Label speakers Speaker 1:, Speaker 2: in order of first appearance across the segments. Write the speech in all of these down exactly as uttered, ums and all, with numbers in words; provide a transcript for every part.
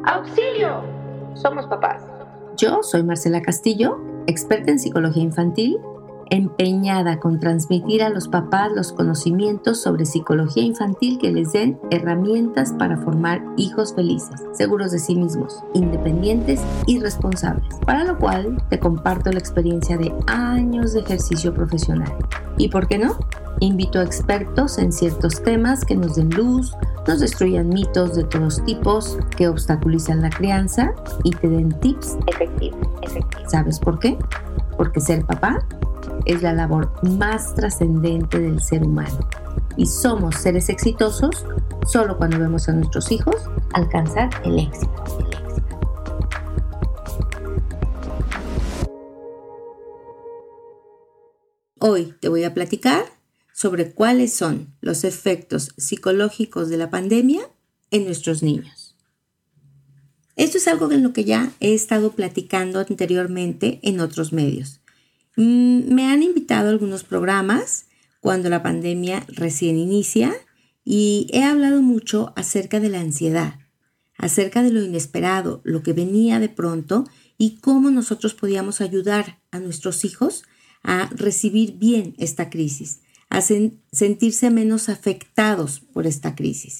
Speaker 1: ¡Auxilio! Somos papás.
Speaker 2: Yo soy Marcela Castillo, experta en psicología infantil, empeñada con transmitir a los papás los conocimientos sobre psicología infantil que les den herramientas para formar hijos felices, seguros de sí mismos, independientes y responsables, para lo cual te comparto la experiencia de años de ejercicio profesional. ¿Y por qué no? Invito a expertos en ciertos temas que nos den luz, nos destruyan mitos de todos tipos que obstaculizan la crianza y te den tips efectivos. efectivos. ¿Sabes por qué? Porque ser papá es la labor más trascendente del ser humano. Y somos seres exitosos solo cuando vemos a nuestros hijos alcanzar el éxito. El éxito. Hoy te voy a platicar sobre cuáles son los efectos psicológicos de la pandemia en nuestros niños. Esto es algo en lo que ya he estado platicando anteriormente en otros medios. Me han invitado a algunos programas cuando la pandemia recién inicia y he hablado mucho acerca de la ansiedad, acerca de lo inesperado, lo que venía de pronto y cómo nosotros podíamos ayudar a nuestros hijos a recibir bien esta crisis, a sen- sentirse menos afectados por esta crisis.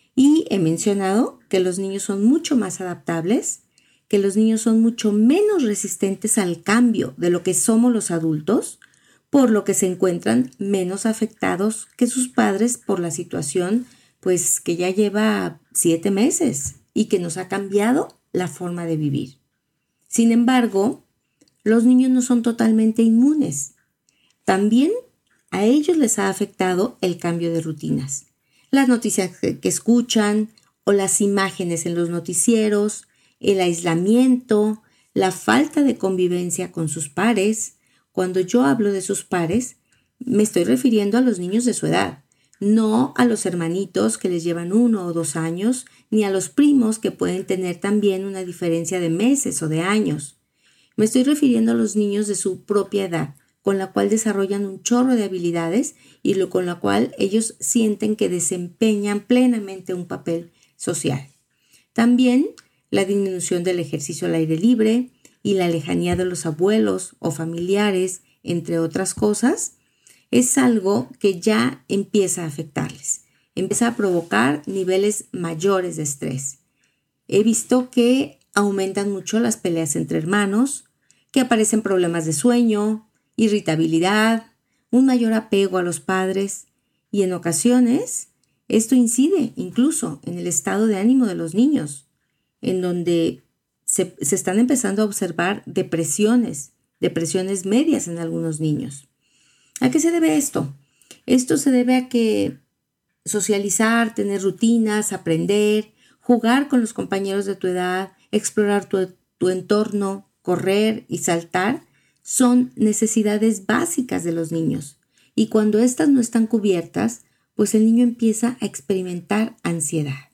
Speaker 2: Y he mencionado que los niños son mucho más adaptables, que los niños son mucho menos resistentes al cambio de lo que somos los adultos, por lo que se encuentran menos afectados que sus padres por la situación, pues que ya lleva siete meses y que nos ha cambiado la forma de vivir. Sin embargo, los niños no son totalmente inmunes. También a ellos les ha afectado el cambio de rutinas, las noticias que escuchan o las imágenes en los noticieros, el aislamiento, la falta de convivencia con sus pares. Cuando yo hablo de sus pares, me estoy refiriendo a los niños de su edad, no a los hermanitos que les llevan uno o dos años, ni a los primos que pueden tener también una diferencia de meses o de años. Me estoy refiriendo a los niños de su propia edad, con la cual desarrollan un chorro de habilidades y lo, con la cual ellos sienten que desempeñan plenamente un papel social. También la disminución del ejercicio al aire libre y la lejanía de los abuelos o familiares, entre otras cosas, es algo que ya empieza a afectarles. Empieza a provocar niveles mayores de estrés. He visto que aumentan mucho las peleas entre hermanos, que aparecen problemas de sueño, irritabilidad, un mayor apego a los padres y en ocasiones esto incide incluso en el estado de ánimo de los niños, en donde se, se están empezando a observar depresiones, depresiones medias en algunos niños. ¿A qué se debe esto? Esto se debe a que socializar, tener rutinas, aprender, jugar con los compañeros de tu edad, explorar tu, tu entorno, correr y saltar, son necesidades básicas de los niños. Y cuando éstas no están cubiertas, pues el niño empieza a experimentar ansiedad.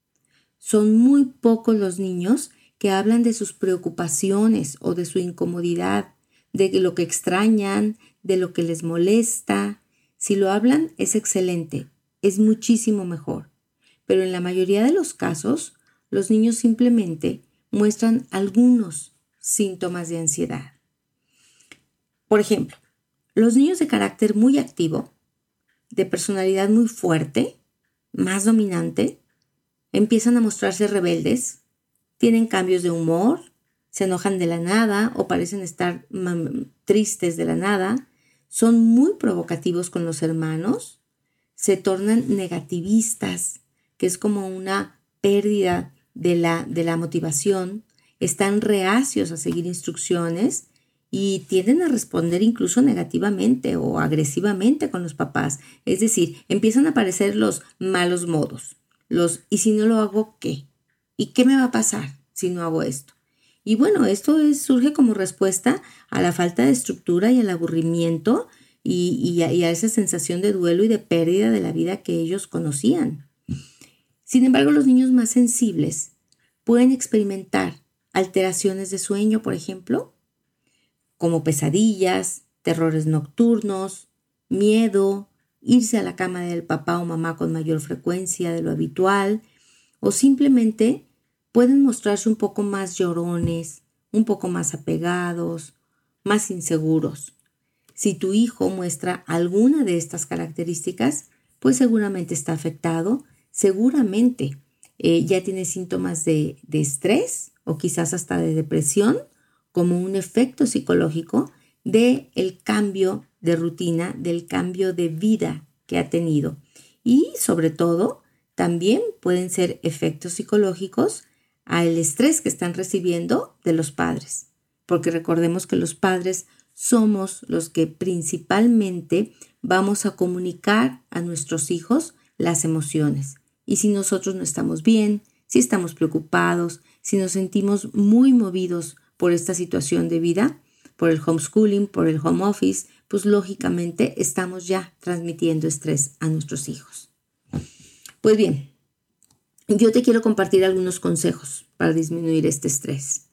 Speaker 2: Son muy pocos los niños que hablan de sus preocupaciones o de su incomodidad, de lo que extrañan, de lo que les molesta. Si lo hablan, es excelente, es muchísimo mejor. Pero en la mayoría de los casos, los niños simplemente muestran algunos síntomas de ansiedad. Por ejemplo, los niños de carácter muy activo, de personalidad muy fuerte, más dominante, empiezan a mostrarse rebeldes, tienen cambios de humor, se enojan de la nada o parecen estar mam- tristes de la nada, son muy provocativos con los hermanos, se tornan negativistas, que es como una pérdida de la, de la motivación, están reacios a seguir instrucciones y tienden a responder incluso negativamente o agresivamente con los papás. Es decir, empiezan a aparecer los malos modos. Los ¿y si no lo hago qué? ¿Y qué me va a pasar si no hago esto? Y bueno, esto es, surge como respuesta a la falta de estructura y al aburrimiento y, y, a, y a esa sensación de duelo y de pérdida de la vida que ellos conocían. Sin embargo, los niños más sensibles pueden experimentar alteraciones de sueño, por ejemplo, como pesadillas, terrores nocturnos, miedo, irse a la cama del papá o mamá con mayor frecuencia de lo habitual, o simplemente pueden mostrarse un poco más llorones, un poco más apegados, más inseguros. Si tu hijo muestra alguna de estas características, pues seguramente está afectado, seguramente eh, ya tiene síntomas de, de estrés o quizás hasta de depresión como un efecto psicológico del cambio de rutina, del cambio de vida que ha tenido. Y sobre todo, también pueden ser efectos psicológicos al estrés que están recibiendo de los padres, porque recordemos que los padres somos los que principalmente vamos a comunicar a nuestros hijos las emociones. Y si nosotros no estamos bien, si estamos preocupados, si nos sentimos muy movidos por esta situación de vida, por el homeschooling, por el home office, pues lógicamente estamos ya transmitiendo estrés a nuestros hijos. Pues bien, yo te quiero compartir algunos consejos para disminuir este estrés.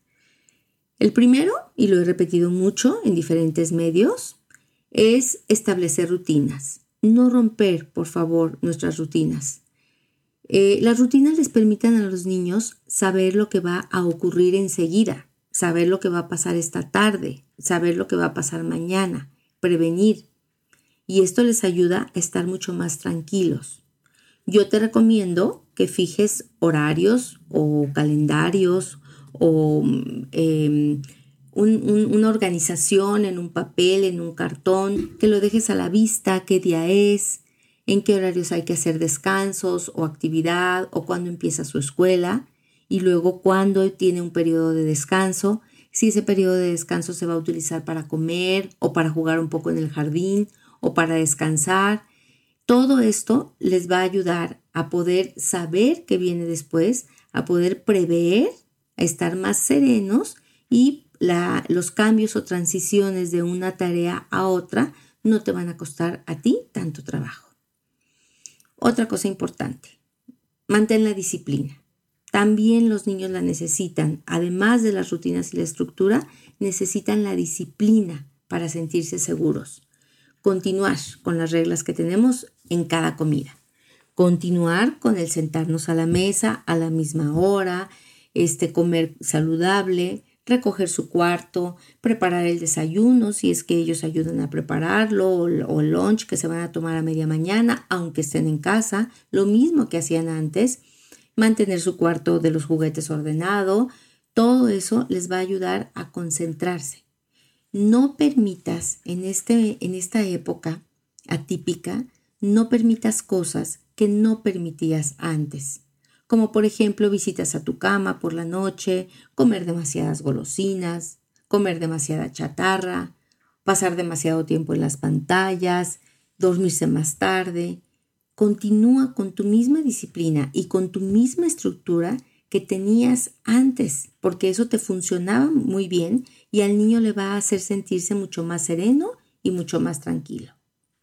Speaker 2: El primero, y lo he repetido mucho en diferentes medios, es establecer rutinas. No romper, por favor, nuestras rutinas. Eh, las rutinas les permiten a los niños saber lo que va a ocurrir enseguida, saber lo que va a pasar esta tarde, saber lo que va a pasar mañana, prevenir. Y esto les ayuda a estar mucho más tranquilos. Yo te recomiendo que fijes horarios o calendarios o eh, un, un, una organización en un papel, en un cartón, que lo dejes a la vista, qué día es, en qué horarios hay que hacer descansos o actividad o cuándo empieza su escuela y luego cuándo tiene un periodo de descanso, si ese periodo de descanso se va a utilizar para comer o para jugar un poco en el jardín o para descansar. Todo esto les va a ayudar a poder saber qué viene después, a poder prever, a estar más serenos y la, los cambios o transiciones de una tarea a otra no te van a costar a ti tanto trabajo. Otra cosa importante, mantén la disciplina. También los niños la necesitan, además de las rutinas y la estructura, necesitan la disciplina para sentirse seguros. Continuar con las reglas que tenemos en cada comida. Continuar con el sentarnos a la mesa a la misma hora, este, comer saludable, recoger su cuarto, preparar el desayuno si es que ellos ayudan a prepararlo o, o el lunch que se van a tomar a media mañana, aunque estén en casa, lo mismo que hacían antes, mantener su cuarto de los juguetes ordenado, todo eso les va a ayudar a concentrarse. No permitas en, este, en esta época atípica, no permitas cosas que no permitías antes, como por ejemplo visitas a tu cama por la noche, comer demasiadas golosinas, comer demasiada chatarra, pasar demasiado tiempo en las pantallas, dormirse más tarde. Continúa con tu misma disciplina y con tu misma estructura que tenías antes, porque eso te funcionaba muy bien y al niño le va a hacer sentirse mucho más sereno y mucho más tranquilo.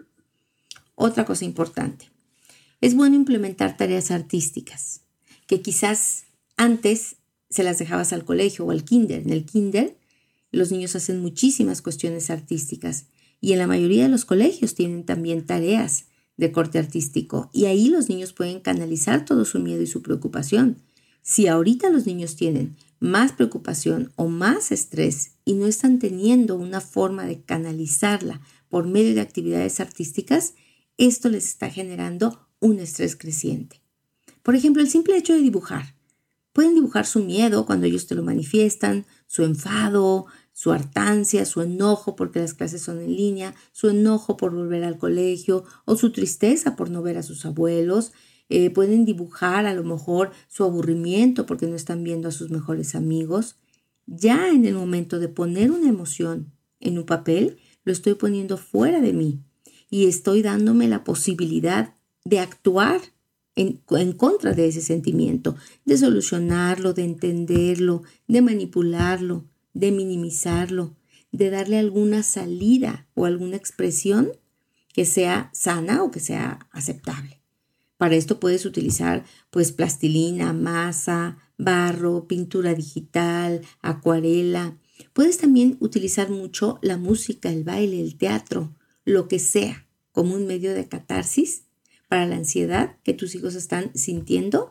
Speaker 2: Otra cosa importante, es bueno implementar tareas artísticas, que quizás antes se las dejabas al colegio o al kinder. En el kinder los niños hacen muchísimas cuestiones artísticas y en la mayoría de los colegios tienen también tareas de corte artístico y ahí los niños pueden canalizar todo su miedo y su preocupación. Si ahorita los niños tienen más preocupación o más estrés y no están teniendo una forma de canalizarla por medio de actividades artísticas, esto les está generando un estrés creciente. Por ejemplo, el simple hecho de dibujar. Pueden dibujar su miedo cuando ellos te lo manifiestan, su enfado, su hartancia, su enojo porque las clases son en línea, su enojo por volver al colegio o su tristeza por no ver a sus abuelos. Eh, pueden dibujar a lo mejor su aburrimiento porque no están viendo a sus mejores amigos. Ya en el momento de poner una emoción en un papel, lo estoy poniendo fuera de mí y estoy dándome la posibilidad de actuar en, en contra de ese sentimiento, de solucionarlo, de entenderlo, de manipularlo, de minimizarlo, de darle alguna salida o alguna expresión que sea sana o que sea aceptable. Para esto puedes utilizar pues plastilina, masa, barro, pintura digital, acuarela. Puedes también utilizar mucho la música, el baile, el teatro, lo que sea, como un medio de catarsis para la ansiedad que tus hijos están sintiendo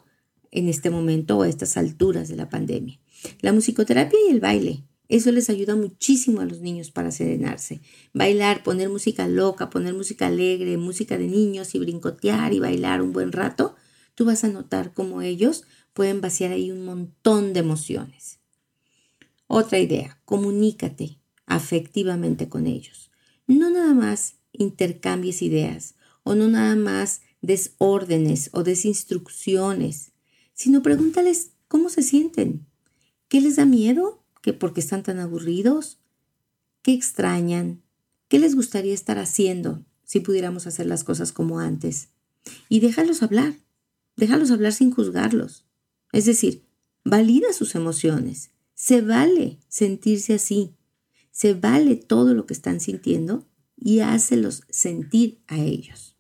Speaker 2: en este momento o a estas alturas de la pandemia. La musicoterapia y el baile. Eso les ayuda muchísimo a los niños para serenarse. Bailar, poner música loca, poner música alegre, música de niños y brincotear y bailar un buen rato, tú vas a notar cómo ellos pueden vaciar ahí un montón de emociones. Otra idea, comunícate afectivamente con ellos. No nada más intercambies ideas o no nada más des órdenes o des instrucciones, sino pregúntales cómo se sienten, qué les da miedo, que porque están tan aburridos, qué extrañan, qué les gustaría estar haciendo si pudiéramos hacer las cosas como antes. Y déjalos hablar, déjalos hablar sin juzgarlos. Es decir, valida sus emociones. Se vale sentirse así. Se vale todo lo que están sintiendo y hácelos sentir a ellos.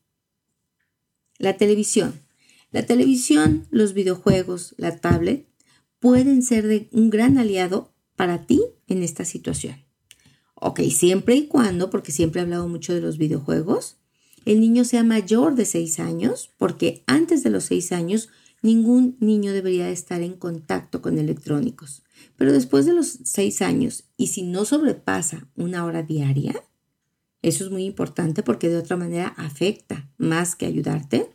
Speaker 2: La televisión. La televisión, los videojuegos, la tablet, pueden ser de un gran aliado para ti en esta situación. Ok, siempre y cuando, porque siempre he hablado mucho de los videojuegos, el niño sea mayor de seis años, porque antes de los seis años ningún niño debería estar en contacto con electrónicos. Pero después de los seis años, y si no sobrepasa una hora diaria, eso es muy importante porque de otra manera afecta más que ayudarte.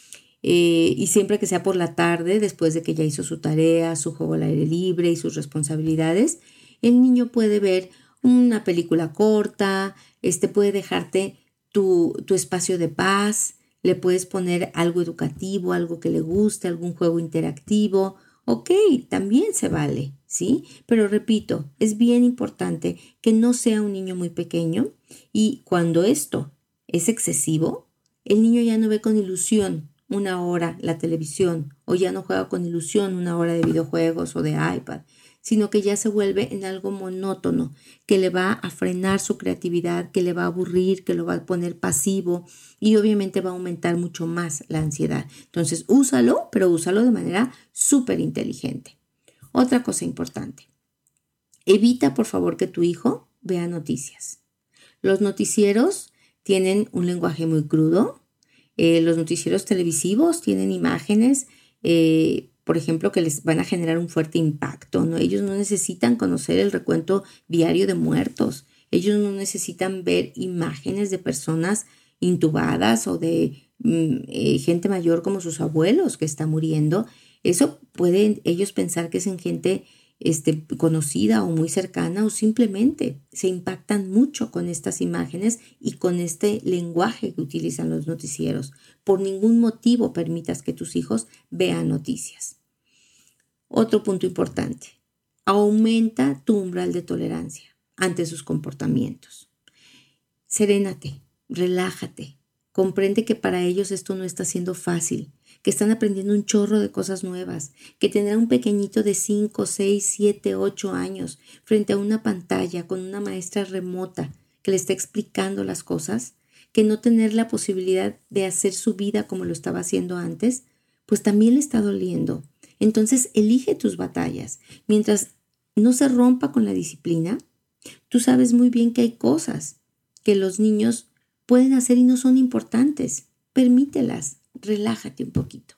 Speaker 2: Eh, y siempre que sea por la tarde, después de que ya hizo su tarea, su juego al aire libre y sus responsabilidades, el niño puede ver una película corta, este puede dejarte tu, tu espacio de paz, le puedes poner algo educativo, algo que le guste, algún juego interactivo. Ok, también se vale, ¿sí? Pero repito, es bien importante que no sea un niño muy pequeño y cuando esto es excesivo, el niño ya no ve con ilusión una hora la televisión o ya no juega con ilusión una hora de videojuegos o de iPad, sino que ya se vuelve en algo monótono, que le va a frenar su creatividad, que le va a aburrir, que lo va a poner pasivo y obviamente va a aumentar mucho más la ansiedad. Entonces, úsalo, pero úsalo de manera súper inteligente. Otra cosa importante, evita por favor que tu hijo vea noticias. Los noticieros tienen un lenguaje muy crudo. Eh, los noticieros televisivos tienen imágenes, eh, por ejemplo, que les van a generar un fuerte impacto, ¿no? Ellos no necesitan conocer el recuento diario de muertos. Ellos no necesitan ver imágenes de personas intubadas o de mm, eh, gente mayor como sus abuelos que está muriendo. Eso pueden ellos pensar que es en gente este, conocida o muy cercana o simplemente se impactan mucho con estas imágenes y con este lenguaje que utilizan los noticieros. Por ningún motivo permitas que tus hijos vean noticias. Otro punto importante, aumenta tu umbral de tolerancia ante sus comportamientos. Serénate, relájate, comprende que para ellos esto no está siendo fácil, que están aprendiendo un chorro de cosas nuevas, que tener un pequeñito de cinco, seis, siete, ocho años frente a una pantalla con una maestra remota que le está explicando las cosas, que no tener la posibilidad de hacer su vida como lo estaba haciendo antes, pues también le está doliendo. Entonces elige tus batallas. Mientras no se rompa con la disciplina, tú sabes muy bien que hay cosas que los niños pueden hacer y no son importantes. Permítelas. Relájate un poquito.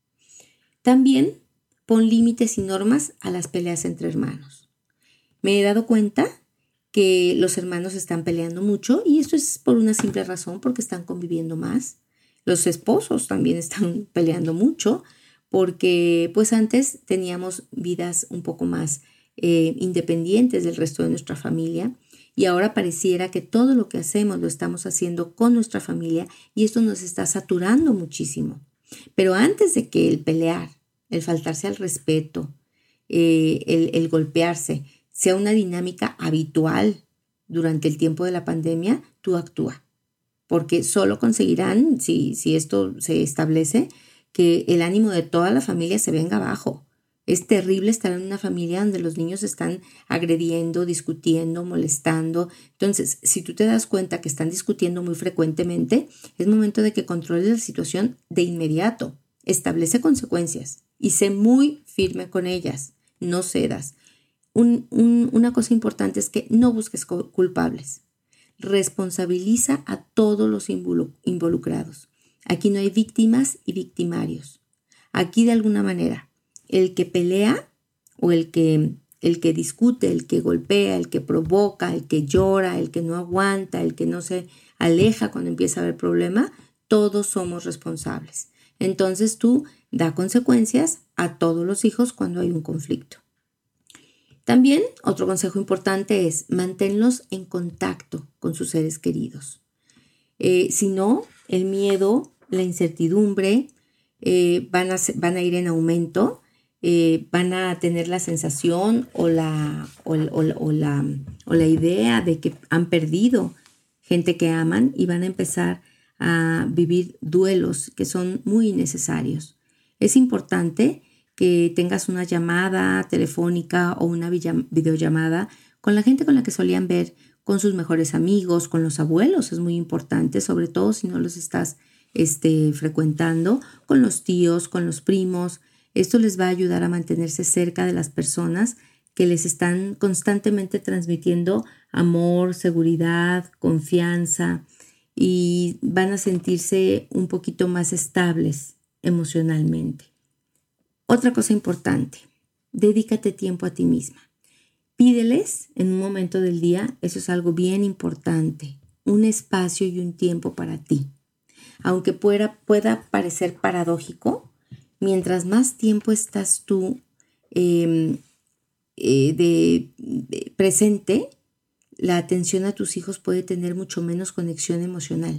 Speaker 2: También pon límites y normas a las peleas entre hermanos. Me he dado cuenta que los hermanos están peleando mucho y esto es por una simple razón, porque están conviviendo más. Los esposos también están peleando mucho porque pues antes teníamos vidas un poco más eh, independientes del resto de nuestra familia. Y ahora pareciera que todo lo que hacemos lo estamos haciendo con nuestra familia y esto nos está saturando muchísimo. Pero antes de que el pelear, el faltarse al respeto, eh, el, el golpearse sea una dinámica habitual durante el tiempo de la pandemia, tú actúa. Porque solo conseguirán, si, si esto se establece, que el ánimo de toda la familia se venga abajo. Es terrible estar en una familia donde los niños están agrediendo, discutiendo, molestando. Entonces, si tú te das cuenta que están discutiendo muy frecuentemente, es momento de que controles la situación de inmediato. Establece consecuencias y sé muy firme con ellas. No cedas. Un, un, una cosa importante es que no busques culpables. Responsabiliza a todos los involucrados. Aquí no hay víctimas y victimarios. Aquí de alguna manera, el que pelea o el que, el que discute, el que golpea, el que provoca, el que llora, el que no aguanta, el que no se aleja cuando empieza a haber problema, todos somos responsables. Entonces tú da consecuencias a todos los hijos cuando hay un conflicto. También otro consejo importante es manténlos en contacto con sus seres queridos. Eh, si no, el miedo, la incertidumbre eh, van, a, van a ir en aumento, eh, van a tener la sensación o la, o, o, o, la, o la idea de que han perdido gente que aman y van a empezar a vivir duelos que son muy necesarios. Es importante que tengas una llamada telefónica o una videollamada con la gente con la que solían ver, con sus mejores amigos, con los abuelos, es muy importante, sobre todo si no los estás este, frecuentando, con los tíos, con los primos. Esto les va a ayudar a mantenerse cerca de las personas que les están constantemente transmitiendo amor, seguridad, confianza y van a sentirse un poquito más estables emocionalmente. Otra cosa importante, dedícate tiempo a ti misma. Pídeles en un momento del día, eso es algo bien importante, un espacio y un tiempo para ti. Aunque pueda, pueda parecer paradójico, mientras más tiempo estás tú eh, eh, de, de presente, la atención a tus hijos puede tener mucho menos conexión emocional.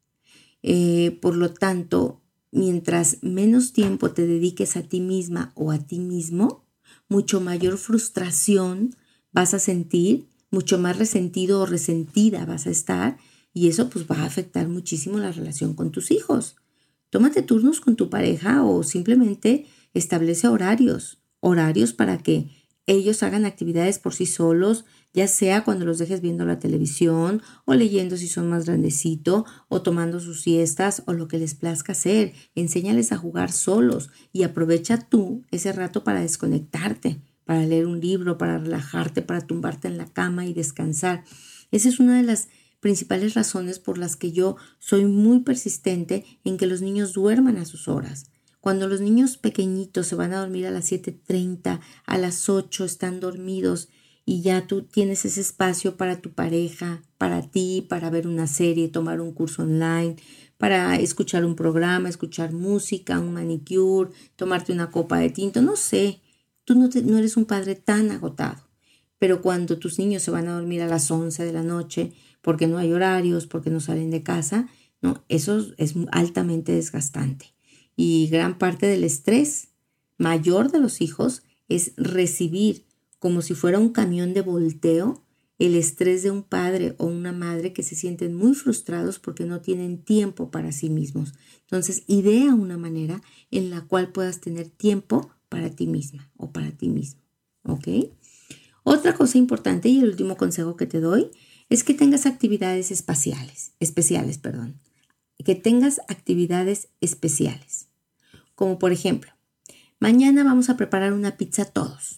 Speaker 2: Eh, por lo tanto, mientras menos tiempo te dediques a ti misma o a ti mismo, mucho mayor frustración vas a sentir, mucho más resentido o resentida vas a estar y eso pues va a afectar muchísimo la relación con tus hijos. Tómate turnos con tu pareja o simplemente establece horarios, horarios para que ellos hagan actividades por sí solos, ya sea cuando los dejes viendo la televisión o leyendo si son más grandecitos o tomando sus siestas o lo que les plazca hacer. Enséñales a jugar solos y aprovecha tú ese rato para desconectarte, para leer un libro, para relajarte, para tumbarte en la cama y descansar. Esa es una de las principales razones por las que yo soy muy persistente en que los niños duerman a sus horas. Cuando los niños pequeñitos se van a dormir a las siete treinta, a las ocho están dormidos y ya tú tienes ese espacio para tu pareja, para ti, para ver una serie, tomar un curso online, para escuchar un programa, escuchar música, un manicure, tomarte una copa de tinto, no sé, tú no, te, no eres un padre tan agotado. Pero cuando tus niños se van a dormir a las once de la noche porque no hay horarios, porque no salen de casa, no, eso es altamente desgastante. Y gran parte del estrés mayor de los hijos es recibir como si fuera un camión de volteo el estrés de un padre o una madre que se sienten muy frustrados porque no tienen tiempo para sí mismos. Entonces, idea una manera en la cual puedas tener tiempo para ti misma o para ti mismo. ¿Ok? Otra cosa importante y el último consejo que te doy es que tengas actividades espaciales, especiales, perdón. Que tengas actividades especiales. Como por ejemplo, mañana vamos a preparar una pizza todos.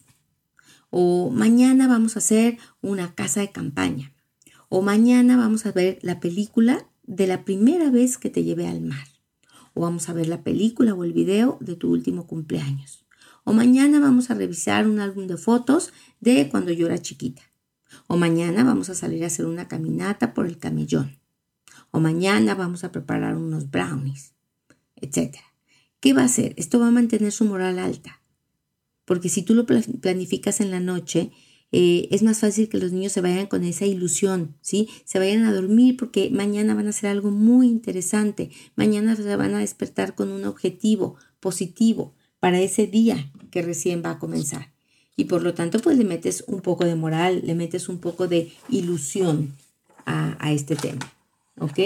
Speaker 2: O mañana vamos a hacer una casa de campaña. O mañana vamos a ver la película de la primera vez que te llevé al mar. O vamos a ver la película o el video de tu último cumpleaños. O mañana vamos a revisar un álbum de fotos de cuando yo era chiquita. O mañana vamos a salir a hacer una caminata por el camellón. O mañana vamos a preparar unos brownies, etcétera. ¿Qué va a hacer? Esto va a mantener su moral alta. Porque si tú lo planificas en la noche, eh, es más fácil que los niños se vayan con esa ilusión, ¿sí? Se vayan a dormir porque mañana van a hacer algo muy interesante. Mañana se van a despertar con un objetivo positivo para ese día que recién va a comenzar. Y por lo tanto, pues le metes un poco de moral, le metes un poco de ilusión a, a este tema. ¿Ok?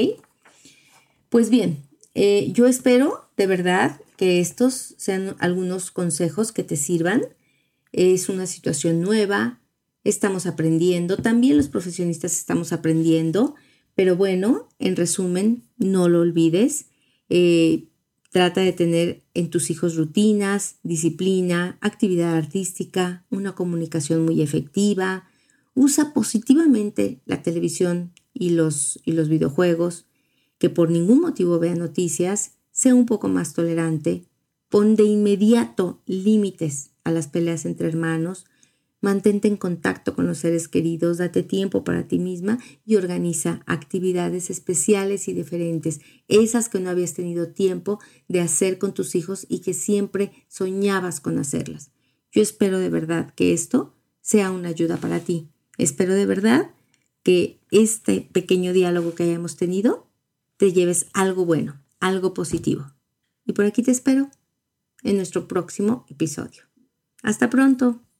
Speaker 2: Pues bien, eh, yo espero de verdad que estos sean algunos consejos que te sirvan. Es una situación nueva, estamos aprendiendo, también los profesionistas estamos aprendiendo, pero bueno, en resumen, no lo olvides. Eh, trata de tener en tus hijos rutinas, disciplina, actividad artística, una comunicación muy efectiva. Usa positivamente la televisión y los, y los videojuegos, que por ningún motivo vea noticias, sea un poco más tolerante Pon de inmediato límites a las peleas entre hermanos. Mantente en contacto con los seres queridos, date tiempo para ti misma y organiza actividades especiales y diferentes, esas que no habías tenido tiempo de hacer con tus hijos y que siempre soñabas con hacerlas. Yo espero de verdad que esto sea una ayuda para ti. Espero de verdad que este pequeño diálogo que hayamos tenido te lleves algo bueno, algo positivo. Y por aquí te espero en nuestro próximo episodio. Hasta pronto.